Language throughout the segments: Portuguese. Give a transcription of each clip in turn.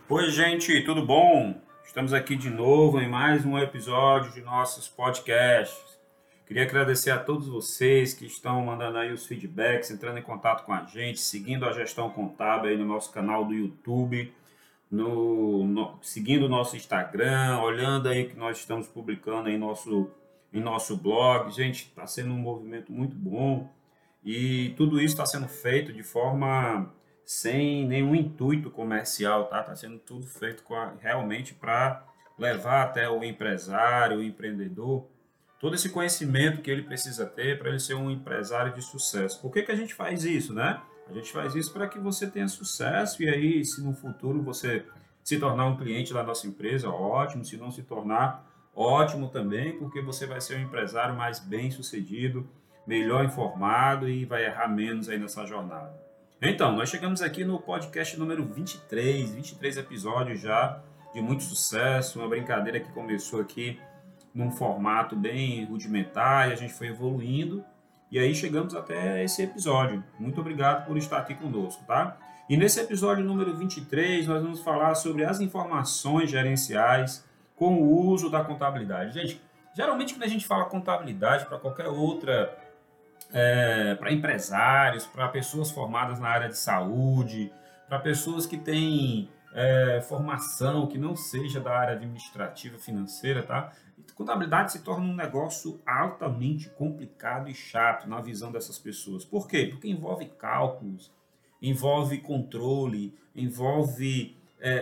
Oi, gente, tudo bom? Estamos aqui de novo em mais um episódio de nossos podcasts. Queria agradecer a todos vocês que estão mandando aí os feedbacks, entrando em contato com a gente, seguindo a gestão contábil aí no nosso canal do YouTube, seguindo o nosso Instagram, olhando aí o que nós estamos publicando em nosso blog. Gente, está sendo um movimento muito bom. E tudo isso está sendo feito de forma sem nenhum intuito comercial, tá? Está sendo tudo feito realmente para levar até o empresário, o empreendedor, todo esse conhecimento que ele precisa ter para ele ser um empresário de sucesso. Por que que a gente faz isso, né? A gente faz isso para que você tenha sucesso e aí, se no futuro você se tornar um cliente da nossa empresa, ótimo. Se não se tornar, ótimo também, porque você vai ser um empresário mais bem sucedido, melhor informado e vai errar menos aí nessa jornada. Então, nós chegamos aqui no podcast número 23 episódios já de muito sucesso, uma brincadeira que começou aqui num formato bem rudimentar e a gente foi evoluindo e aí chegamos até esse episódio. Muito obrigado por estar aqui conosco, tá? E nesse episódio número 23 nós vamos falar sobre as informações gerenciais com o uso da contabilidade. Gente, geralmente quando a gente fala contabilidade para qualquer outra para empresários, para pessoas formadas na área de saúde, para pessoas que têm formação que não seja da área administrativa financeira, tá? Contabilidade se torna um negócio altamente complicado e chato na visão dessas pessoas. Por quê? Porque envolve cálculos, envolve controle, envolve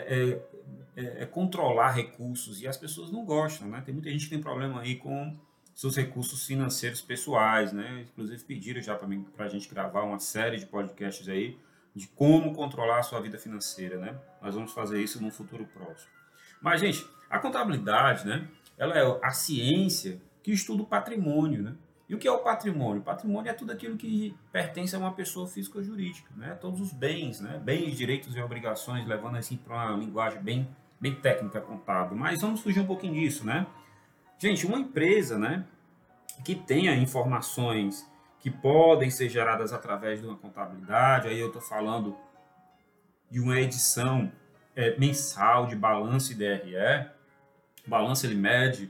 controlar recursos e as pessoas não gostam, né? Tem muita gente que tem problema aí com seus recursos financeiros pessoais, né? Inclusive pediram já para a gente gravar uma série de podcasts aí de como controlar a sua vida financeira, né? Nós vamos fazer isso num futuro próximo. Mas, gente, a contabilidade, né? Ela é a ciência que estuda o patrimônio, né? E o que é o patrimônio? O patrimônio é tudo aquilo que pertence a uma pessoa física ou jurídica, né? Todos os bens, né? Bens, direitos e obrigações, levando assim para uma linguagem bem técnica contábil. Mas vamos fugir um pouquinho disso, né? Gente, uma empresa, né, que tenha informações que podem ser geradas através de uma contabilidade, aí eu estou falando de uma edição mensal de balanço e DRE. O balanço ele mede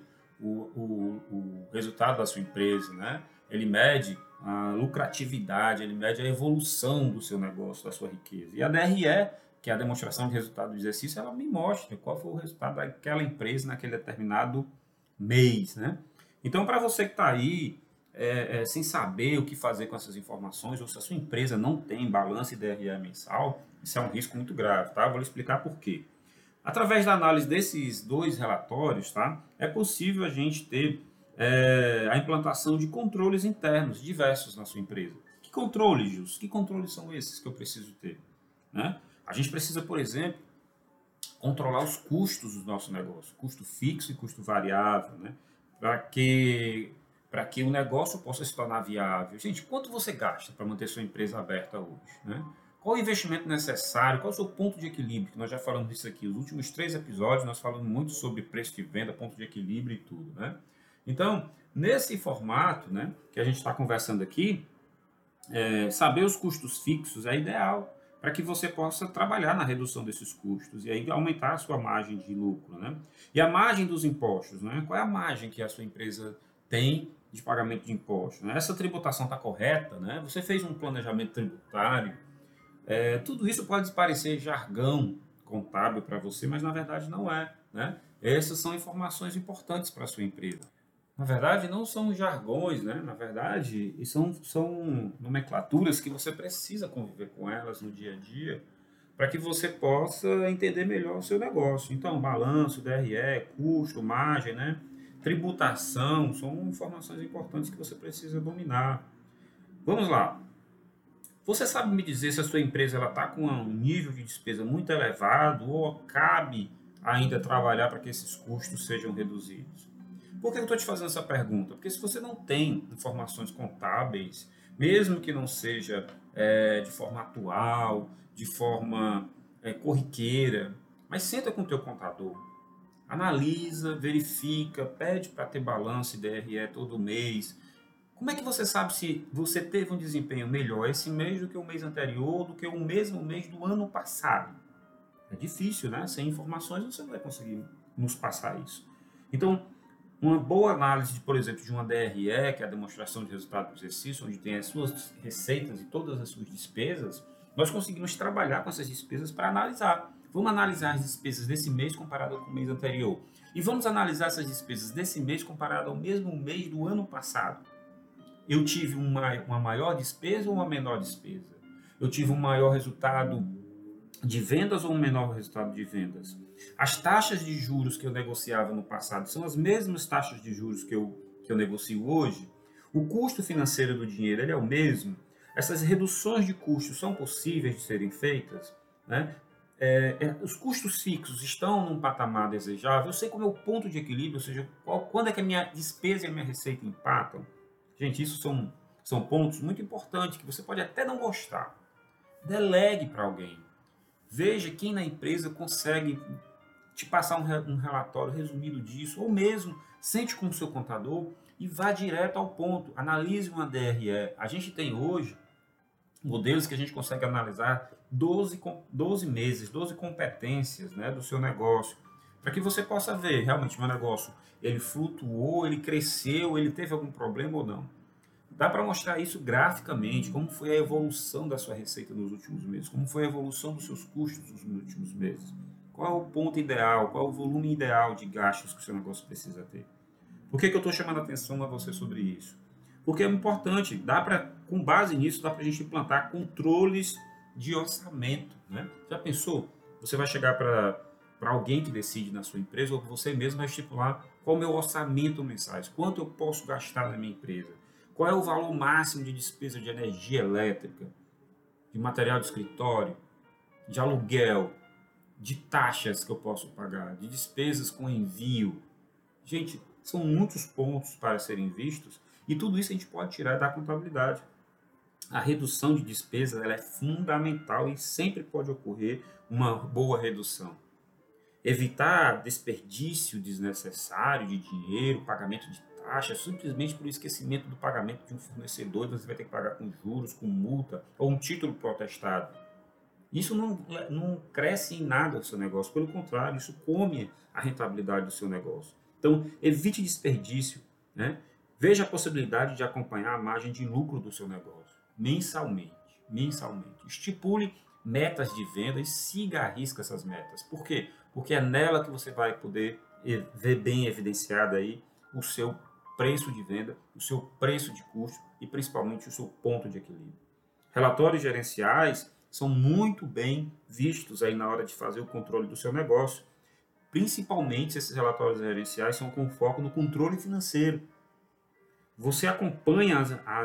o resultado da sua empresa, né? Ele mede a lucratividade, ele mede a evolução do seu negócio, da sua riqueza. E a DRE, que é a demonstração de resultado do exercício, ela me mostra qual foi o resultado daquela empresa naquele determinado mês, né? Então, para você que está aí sem saber o que fazer com essas informações, ou se a sua empresa não tem balanço e DRE mensal, isso é um risco muito grave, tá? Vou lhe explicar por quê. Através da análise desses dois relatórios, tá, é possível a gente ter a implantação de controles internos diversos na sua empresa. Que controles, Gilson? Que controles são esses que eu preciso ter? Né? A gente precisa, por exemplo, controlar os custos do nosso negócio, custo fixo e custo variável, né? Para que o negócio possa se tornar viável. Gente, quanto você gasta para manter sua empresa aberta hoje, né? Qual o investimento necessário? Qual é o seu ponto de equilíbrio? Que nós já falamos disso aqui. Os últimos 3 episódios nós falamos muito sobre preço de venda, ponto de equilíbrio e tudo, né? Então, nesse formato, né, que a gente está conversando aqui, saber os custos fixos é ideal para que você possa trabalhar na redução desses custos e aí aumentar a sua margem de lucro, né? E a margem dos impostos, né? Qual é a margem que a sua empresa tem de pagamento de impostos, né? Essa tributação está correta, né? Você fez um planejamento tributário, tudo isso pode parecer jargão contábil para você, mas na verdade não é, né? Essas são informações importantes para a sua empresa. Na verdade, não são jargões, né? Na verdade, e são nomenclaturas que você precisa conviver com elas no dia a dia para que você possa entender melhor o seu negócio. Então, balanço, DRE, custo, margem, né? Tributação, são informações importantes que você precisa dominar. Vamos lá. Você sabe me dizer se a sua empresa está com um nível de despesa muito elevado ou cabe ainda trabalhar para que esses custos sejam reduzidos? Por que eu estou te fazendo essa pergunta? Porque se você não tem informações contábeis, mesmo que não seja de forma atual, de forma corriqueira, mas senta com o teu contador, analisa, verifica, pede para ter balanço e DRE todo mês. Como é que você sabe se você teve um desempenho melhor esse mês do que o mês anterior, do que o mesmo mês do ano passado? É difícil, né? Sem informações você não vai conseguir nos passar isso. Então, uma boa análise, por exemplo, de uma DRE, que é a demonstração de resultado do exercício, onde tem as suas receitas e todas as suas despesas, nós conseguimos trabalhar com essas despesas para analisar. Vamos analisar as despesas desse mês comparado com o mês anterior. E vamos analisar essas despesas desse mês comparado ao mesmo mês do ano passado. Eu tive uma maior despesa ou uma menor despesa? Eu tive um maior resultado de vendas ou um menor resultado de vendas? As taxas de juros que eu negociava no passado são as mesmas taxas de juros que eu negocio hoje? O custo financeiro do dinheiro ele é o mesmo? Essas reduções de custos são possíveis de serem feitas? Né? Os custos fixos estão num patamar desejável? Eu sei como é o ponto de equilíbrio, ou seja, quando é que a minha despesa e a minha receita empatam? Gente, isso são pontos muito importantes que você pode até não gostar. Delegue para alguém. Veja quem na empresa consegue te passar um relatório resumido disso, ou mesmo sente com o seu contador e vá direto ao ponto. Analise uma DRE. A gente tem hoje modelos que a gente consegue analisar 12 meses, 12 competências, né, do seu negócio, para que você possa ver realmente o meu negócio, ele flutuou, ele cresceu, ele teve algum problema ou não. Dá para mostrar isso graficamente, como foi a evolução da sua receita nos últimos meses, como foi a evolução dos seus custos nos últimos meses. Qual é o ponto ideal, qual é o volume ideal de gastos que o seu negócio precisa ter. Por que eu estou chamando a atenção a você sobre isso? Porque é importante, com base nisso, dá para a gente implantar controles de orçamento. Né? Já pensou? Você vai chegar para alguém que decide na sua empresa, ou você mesmo vai estipular qual é o meu orçamento mensais, quanto eu posso gastar na minha empresa, qual é o valor máximo de despesa de energia elétrica, de material de escritório, de aluguel, de taxas que eu posso pagar, de despesas com envio. Gente, são muitos pontos para serem vistos e tudo isso a gente pode tirar da contabilidade. A redução de despesas ela é fundamental e sempre pode ocorrer uma boa redução. Evitar desperdício desnecessário de dinheiro, pagamento de taxas, simplesmente por esquecimento do pagamento de um fornecedor, você vai ter que pagar com juros, com multa ou um título protestado. Isso não cresce em nada o seu negócio, pelo contrário, isso come a rentabilidade do seu negócio. Então, evite desperdício, né? Veja a possibilidade de acompanhar a margem de lucro do seu negócio, mensalmente. Estipule metas de venda e siga à risca essas metas. Por quê? Porque é nela que você vai poder ver bem evidenciado aí o seu preço de venda, o seu preço de custo e principalmente o seu ponto de equilíbrio. Relatórios gerenciais são muito bem vistos aí na hora de fazer o controle do seu negócio. Principalmente esses relatórios gerenciais são com foco no controle financeiro. Você acompanha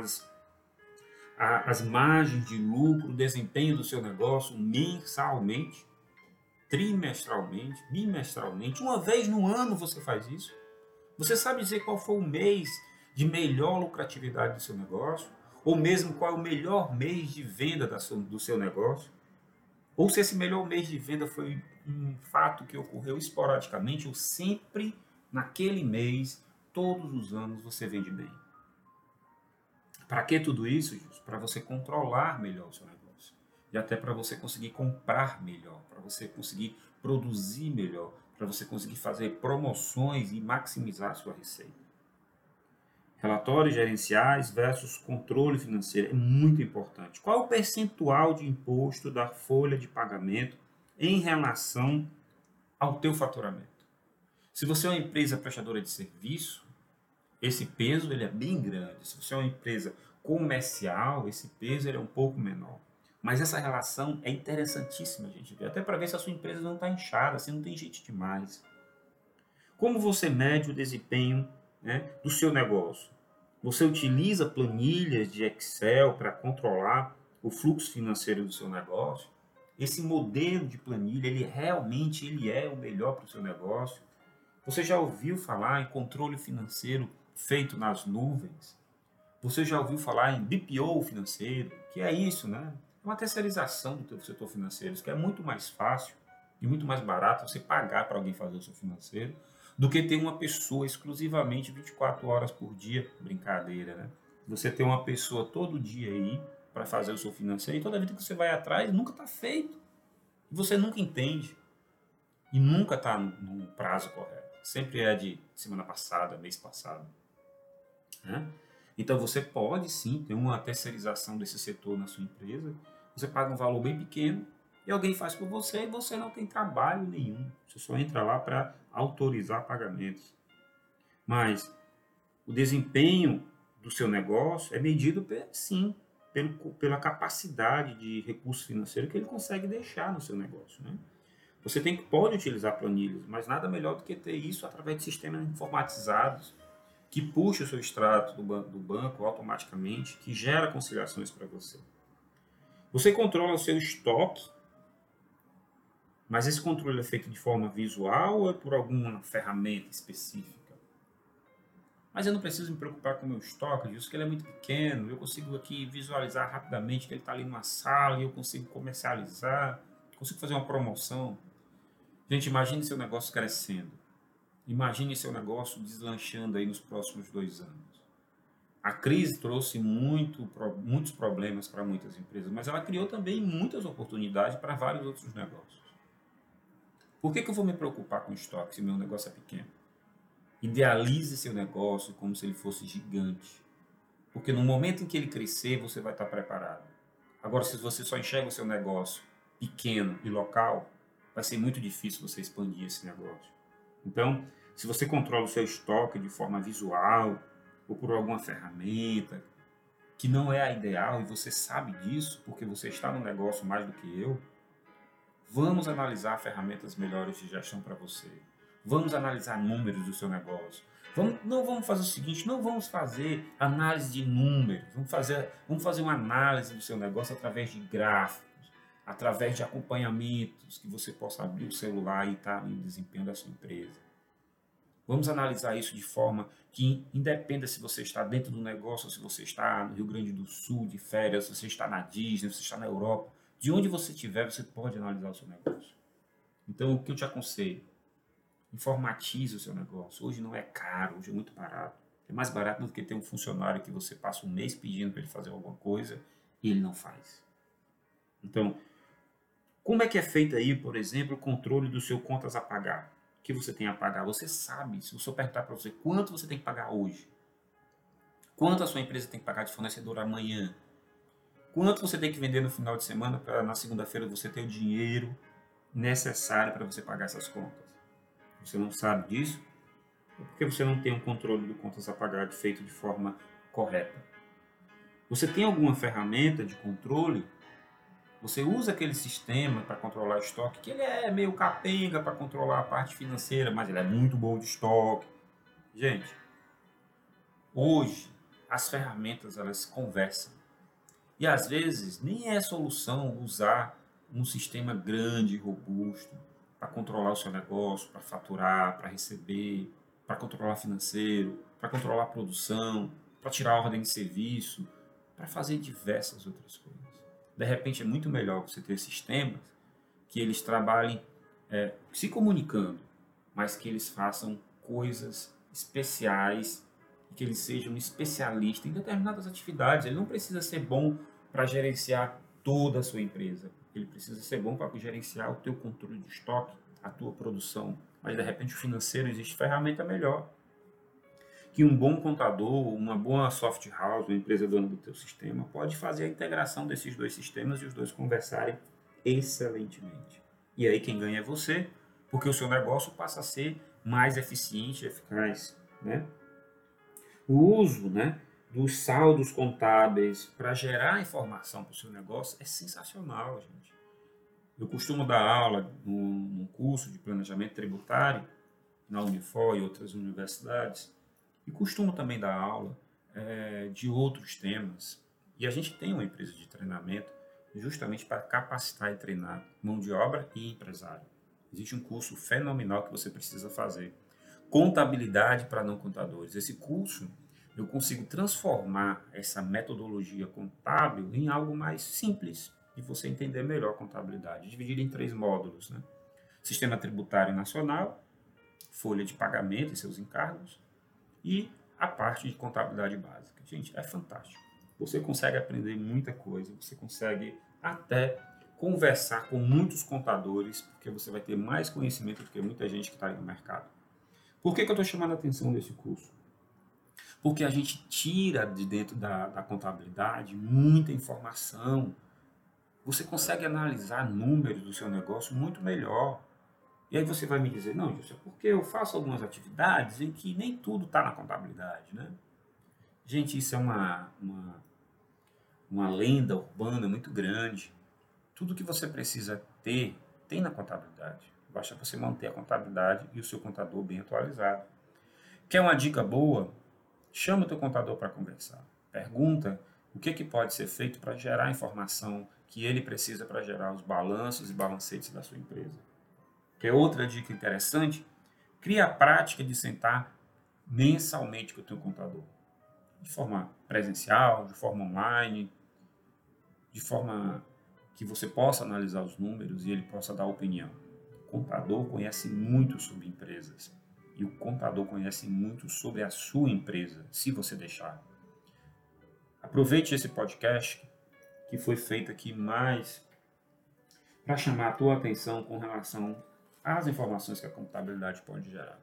as margens de lucro, o desempenho do seu negócio mensalmente, trimestralmente, bimestralmente, uma vez no ano você faz isso. Você sabe dizer qual foi o mês de melhor lucratividade do seu negócio? Ou mesmo qual é o melhor mês de venda do seu negócio? Ou se esse melhor mês de venda foi um fato que ocorreu esporadicamente ou sempre naquele mês, todos os anos você vende bem. Para que tudo isso, Gilson? Para você controlar melhor o seu negócio. E até para você conseguir comprar melhor, para você conseguir produzir melhor, para você conseguir fazer promoções e maximizar a sua receita. Relatórios gerenciais versus controle financeiro é muito importante. Qual é o percentual de imposto da folha de pagamento em relação ao teu faturamento? Se você é uma empresa prestadora de serviço, esse peso ele é bem grande. Se você é uma empresa comercial, esse peso ele é um pouco menor. Mas essa relação é interessantíssima, gente, até para ver se a sua empresa não está inchada, se não tem gente demais. Como você mede o desempenho, né, do seu negócio? Você utiliza planilhas de Excel para controlar o fluxo financeiro do seu negócio? Esse modelo de planilha, ele é o melhor para o seu negócio? Você já ouviu falar em controle financeiro feito nas nuvens? Você já ouviu falar em BPO financeiro? Que é isso, né? É uma terceirização do teu setor financeiro, que é muito mais fácil e muito mais barato você pagar para alguém fazer o seu financeiro do que ter uma pessoa exclusivamente 24 horas por dia. Brincadeira, né? Você ter uma pessoa todo dia aí para fazer o seu financeiro e toda vida que você vai atrás nunca está feito. E você nunca entende. e nunca está no prazo correto. Sempre é de semana passada, mês passado, né? Então você pode sim ter uma terceirização desse setor na sua empresa. Você paga um valor bem pequeno e alguém faz por você e você não tem trabalho nenhum. Você só entra lá para autorizar pagamentos. Mas o desempenho do seu negócio é medido, sim, pela capacidade de recurso financeiro que ele consegue deixar no seu negócio, né? Você pode utilizar planilhas, mas nada melhor do que ter isso através de sistemas informatizados que puxa o seu extrato do banco automaticamente, que gera conciliações para você. Você controla o seu estoque, mas esse controle é feito de forma visual ou é por alguma ferramenta específica? Mas eu não preciso me preocupar com o meu estoque, visto que ele é muito pequeno, eu consigo aqui visualizar rapidamente que ele está ali numa sala e eu consigo comercializar, consigo fazer uma promoção. Gente, imagine seu negócio crescendo. Imagine seu negócio deslanchando aí nos próximos 2 anos. A crise trouxe muitos problemas para muitas empresas, mas ela criou também muitas oportunidades para vários outros negócios. Por que eu vou me preocupar com estoque se meu negócio é pequeno? Idealize seu negócio como se ele fosse gigante. Porque no momento em que ele crescer, você vai estar preparado. Agora, se você só enxerga o seu negócio pequeno e local, vai ser muito difícil você expandir esse negócio. Então, se você controla o seu estoque de forma visual ou por alguma ferramenta que não é a ideal e você sabe disso porque você está no negócio mais do que eu, vamos analisar ferramentas melhores de gestão para você. Vamos analisar números do seu negócio. Não vamos fazer o seguinte, não vamos fazer análise de números, vamos fazer uma análise do seu negócio através de gráficos, através de acompanhamentos, que você possa abrir o celular e estar no desempenho da sua empresa. Vamos analisar isso de forma que independa se você está dentro do negócio, se você está no Rio Grande do Sul de férias, se você está na Disney, se você está na Europa, de onde você estiver, você pode analisar o seu negócio. Então, o que eu te aconselho? Informatize o seu negócio. Hoje não é caro, hoje é muito barato. É mais barato do que ter um funcionário que você passa um mês pedindo para ele fazer alguma coisa e ele não faz. Então, como é que é feito aí, por exemplo, o controle do seu contas a pagar? O que você tem a pagar? Você sabe, se eu perguntar para você quanto você tem que pagar hoje, quanto a sua empresa tem que pagar de fornecedor amanhã, quanto você tem que vender no final de semana para na segunda-feira você ter o dinheiro necessário para você pagar essas contas. Você não sabe disso? É porque você não tem um controle do contas a pagar feito de forma correta. Você tem alguma ferramenta de controle? Você usa aquele sistema para controlar o estoque, que ele é meio capenga para controlar a parte financeira, mas ele é muito bom de estoque. Gente, hoje as ferramentas elas conversam. E às vezes nem é solução usar um sistema grande e robusto para controlar o seu negócio, para faturar, para receber, para controlar financeiro, para controlar a produção, para tirar a ordem de serviço, para fazer diversas outras coisas. De repente é muito melhor você ter sistemas que eles trabalhem se comunicando, mas que eles façam coisas especiais e que eles sejam especialistas em determinadas atividades. Ele não precisa ser bom para gerenciar toda a sua empresa. Ele precisa ser bom para gerenciar o teu controle de estoque, a tua produção. Mas, de repente, o financeiro existe ferramenta melhor. Que um bom contador, uma boa soft house, uma empresa dona do teu sistema, pode fazer a integração desses dois sistemas e os dois conversarem excelentemente. E aí quem ganha é você, porque o seu negócio passa a ser mais eficiente e eficaz, né? O uso, né, dos saldos contábeis para gerar informação para o seu negócio é sensacional, gente. Eu costumo dar aula num curso de planejamento tributário na Unifor e outras universidades e costumo também dar aula de outros temas. E a gente tem uma empresa de treinamento justamente para capacitar e treinar mão de obra e empresário. Existe um curso fenomenal que você precisa fazer. Contabilidade para não contadores. Esse curso eu consigo transformar essa metodologia contábil em algo mais simples de você entender melhor a contabilidade, dividido em 3 módulos, né? Sistema tributário nacional, folha de pagamento e seus encargos e a parte de contabilidade básica. Gente, é fantástico. Você consegue aprender muita coisa, você consegue até conversar com muitos contadores, porque você vai ter mais conhecimento do que muita gente que está aí no mercado. Por que eu estou chamando a atenção desse curso? Porque a gente tira de dentro da contabilidade muita informação. Você consegue analisar números do seu negócio muito melhor. E aí você vai me dizer, não, Gilson, é porque eu faço algumas atividades em que nem tudo está na contabilidade, né? Gente, isso é uma lenda urbana muito grande. Tudo que você precisa ter, tem na contabilidade. Basta você manter a contabilidade e o seu contador bem atualizado. Quer uma dica boa? Chama o teu contador para conversar. Pergunta o que pode ser feito para gerar a informação que ele precisa para gerar os balanços e balancetes da sua empresa. Quer outra dica interessante? Cria a prática de sentar mensalmente com o teu contador. De forma presencial, de forma online, de forma que você possa analisar os números e ele possa dar opinião. O contador conhece muito sobre empresas e o contador conhece muito sobre a sua empresa, se você deixar. Aproveite esse podcast que foi feito aqui mais para chamar a tua atenção com relação às informações que a contabilidade pode gerar.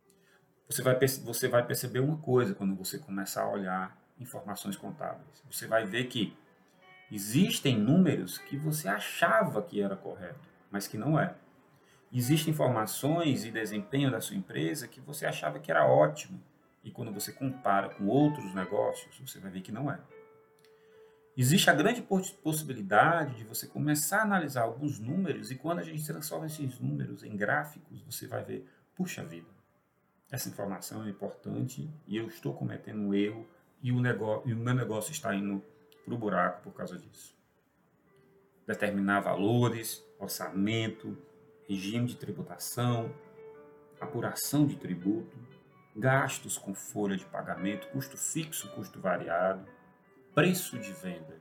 Você vai perceber uma coisa quando você começar a olhar informações contábeis. Você vai ver que existem números que você achava que era correto, mas que não é. Existem informações e desempenho da sua empresa que você achava que era ótimo. E quando você compara com outros negócios, você vai ver que não é. Existe a grande possibilidade de você começar a analisar alguns números e quando a gente transforma esses números em gráficos, você vai ver, puxa vida, essa informação é importante e eu estou cometendo um erro e o meu negócio está indo para o buraco por causa disso. Determinar valores, orçamento, regime de tributação, apuração de tributo, gastos com folha de pagamento, custo fixo, custo variado, preço de venda.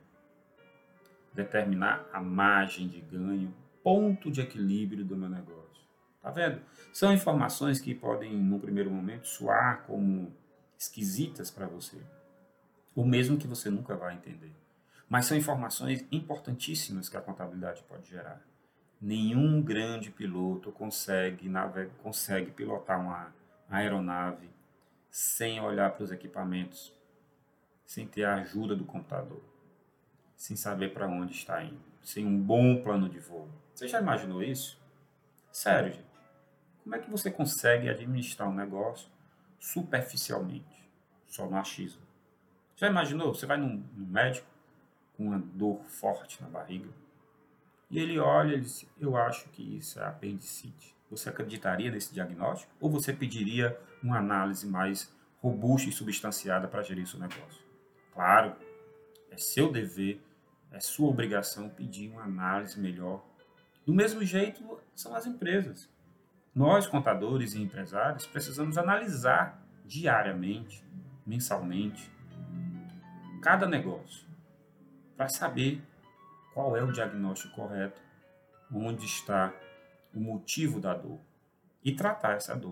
Determinar a margem de ganho, ponto de equilíbrio do meu negócio. Tá vendo? São informações que podem, no primeiro momento, soar como esquisitas para você, ou mesmo que você nunca vai entender. Mas são informações importantíssimas que a contabilidade pode gerar. Nenhum grande piloto consegue pilotar uma aeronave sem olhar para os equipamentos, sem ter a ajuda do computador, sem saber para onde está indo, sem um bom plano de voo. Você já imaginou isso? Sério, gente. Como é que você consegue administrar um negócio superficialmente, só no achismo? Já imaginou? Você vai num médico com uma dor forte na barriga e ele olha e diz, eu acho que isso é apendicite. Você acreditaria nesse diagnóstico? Ou você pediria uma análise mais robusta e substanciada para gerir seu negócio? Claro, é seu dever, é sua obrigação pedir uma análise melhor. Do mesmo jeito são as empresas. Nós, contadores e empresários, precisamos analisar diariamente, mensalmente, cada negócio, para saber qual é o diagnóstico correto, onde está o motivo da dor e tratar essa dor.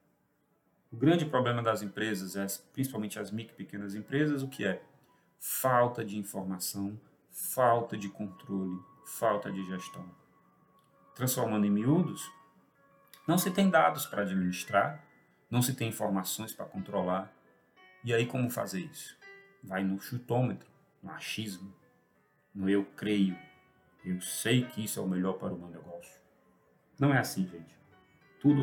O grande problema das empresas, principalmente as micro e pequenas empresas, o que é? Falta de informação, falta de controle, falta de gestão. Transformando em miúdos, não se tem dados para administrar, não se tem informações para controlar. E aí como fazer isso? Vai no chutômetro, no achismo, no eu creio, eu sei que isso é o melhor para o meu negócio. Não é assim, gente. Tudo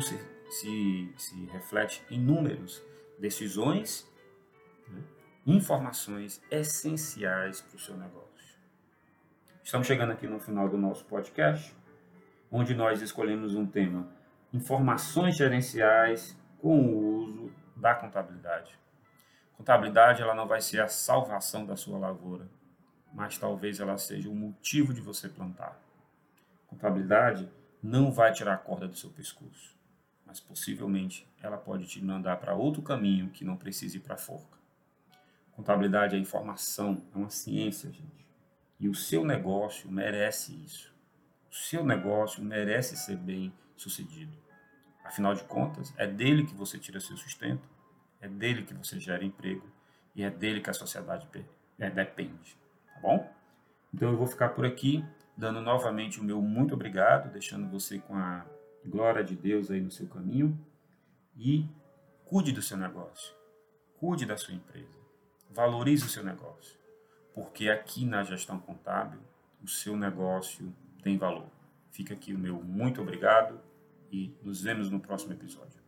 se reflete em números, decisões, né? Informações essenciais para o seu negócio. Estamos chegando aqui no final do nosso podcast, onde nós escolhemos um tema: informações gerenciais com o uso da contabilidade. Contabilidade, ela não vai ser a salvação da sua lavoura, mas talvez ela seja o motivo de você plantar. Contabilidade não vai tirar a corda do seu pescoço, mas possivelmente ela pode te mandar para outro caminho que não precise ir para a forca. Contabilidade é informação, é uma ciência, gente. E o seu negócio merece isso. O seu negócio merece ser bem sucedido. Afinal de contas, é dele que você tira seu sustento, é dele que você gera emprego e é dele que a sociedade depende. Tá bom? Então eu vou ficar por aqui. dando novamente o meu muito obrigado, deixando você com a glória de Deus aí no seu caminho e cuide do seu negócio, cuide da sua empresa, valorize o seu negócio, porque aqui na gestão contábil o seu negócio tem valor. Fica aqui o meu muito obrigado e nos vemos no próximo episódio.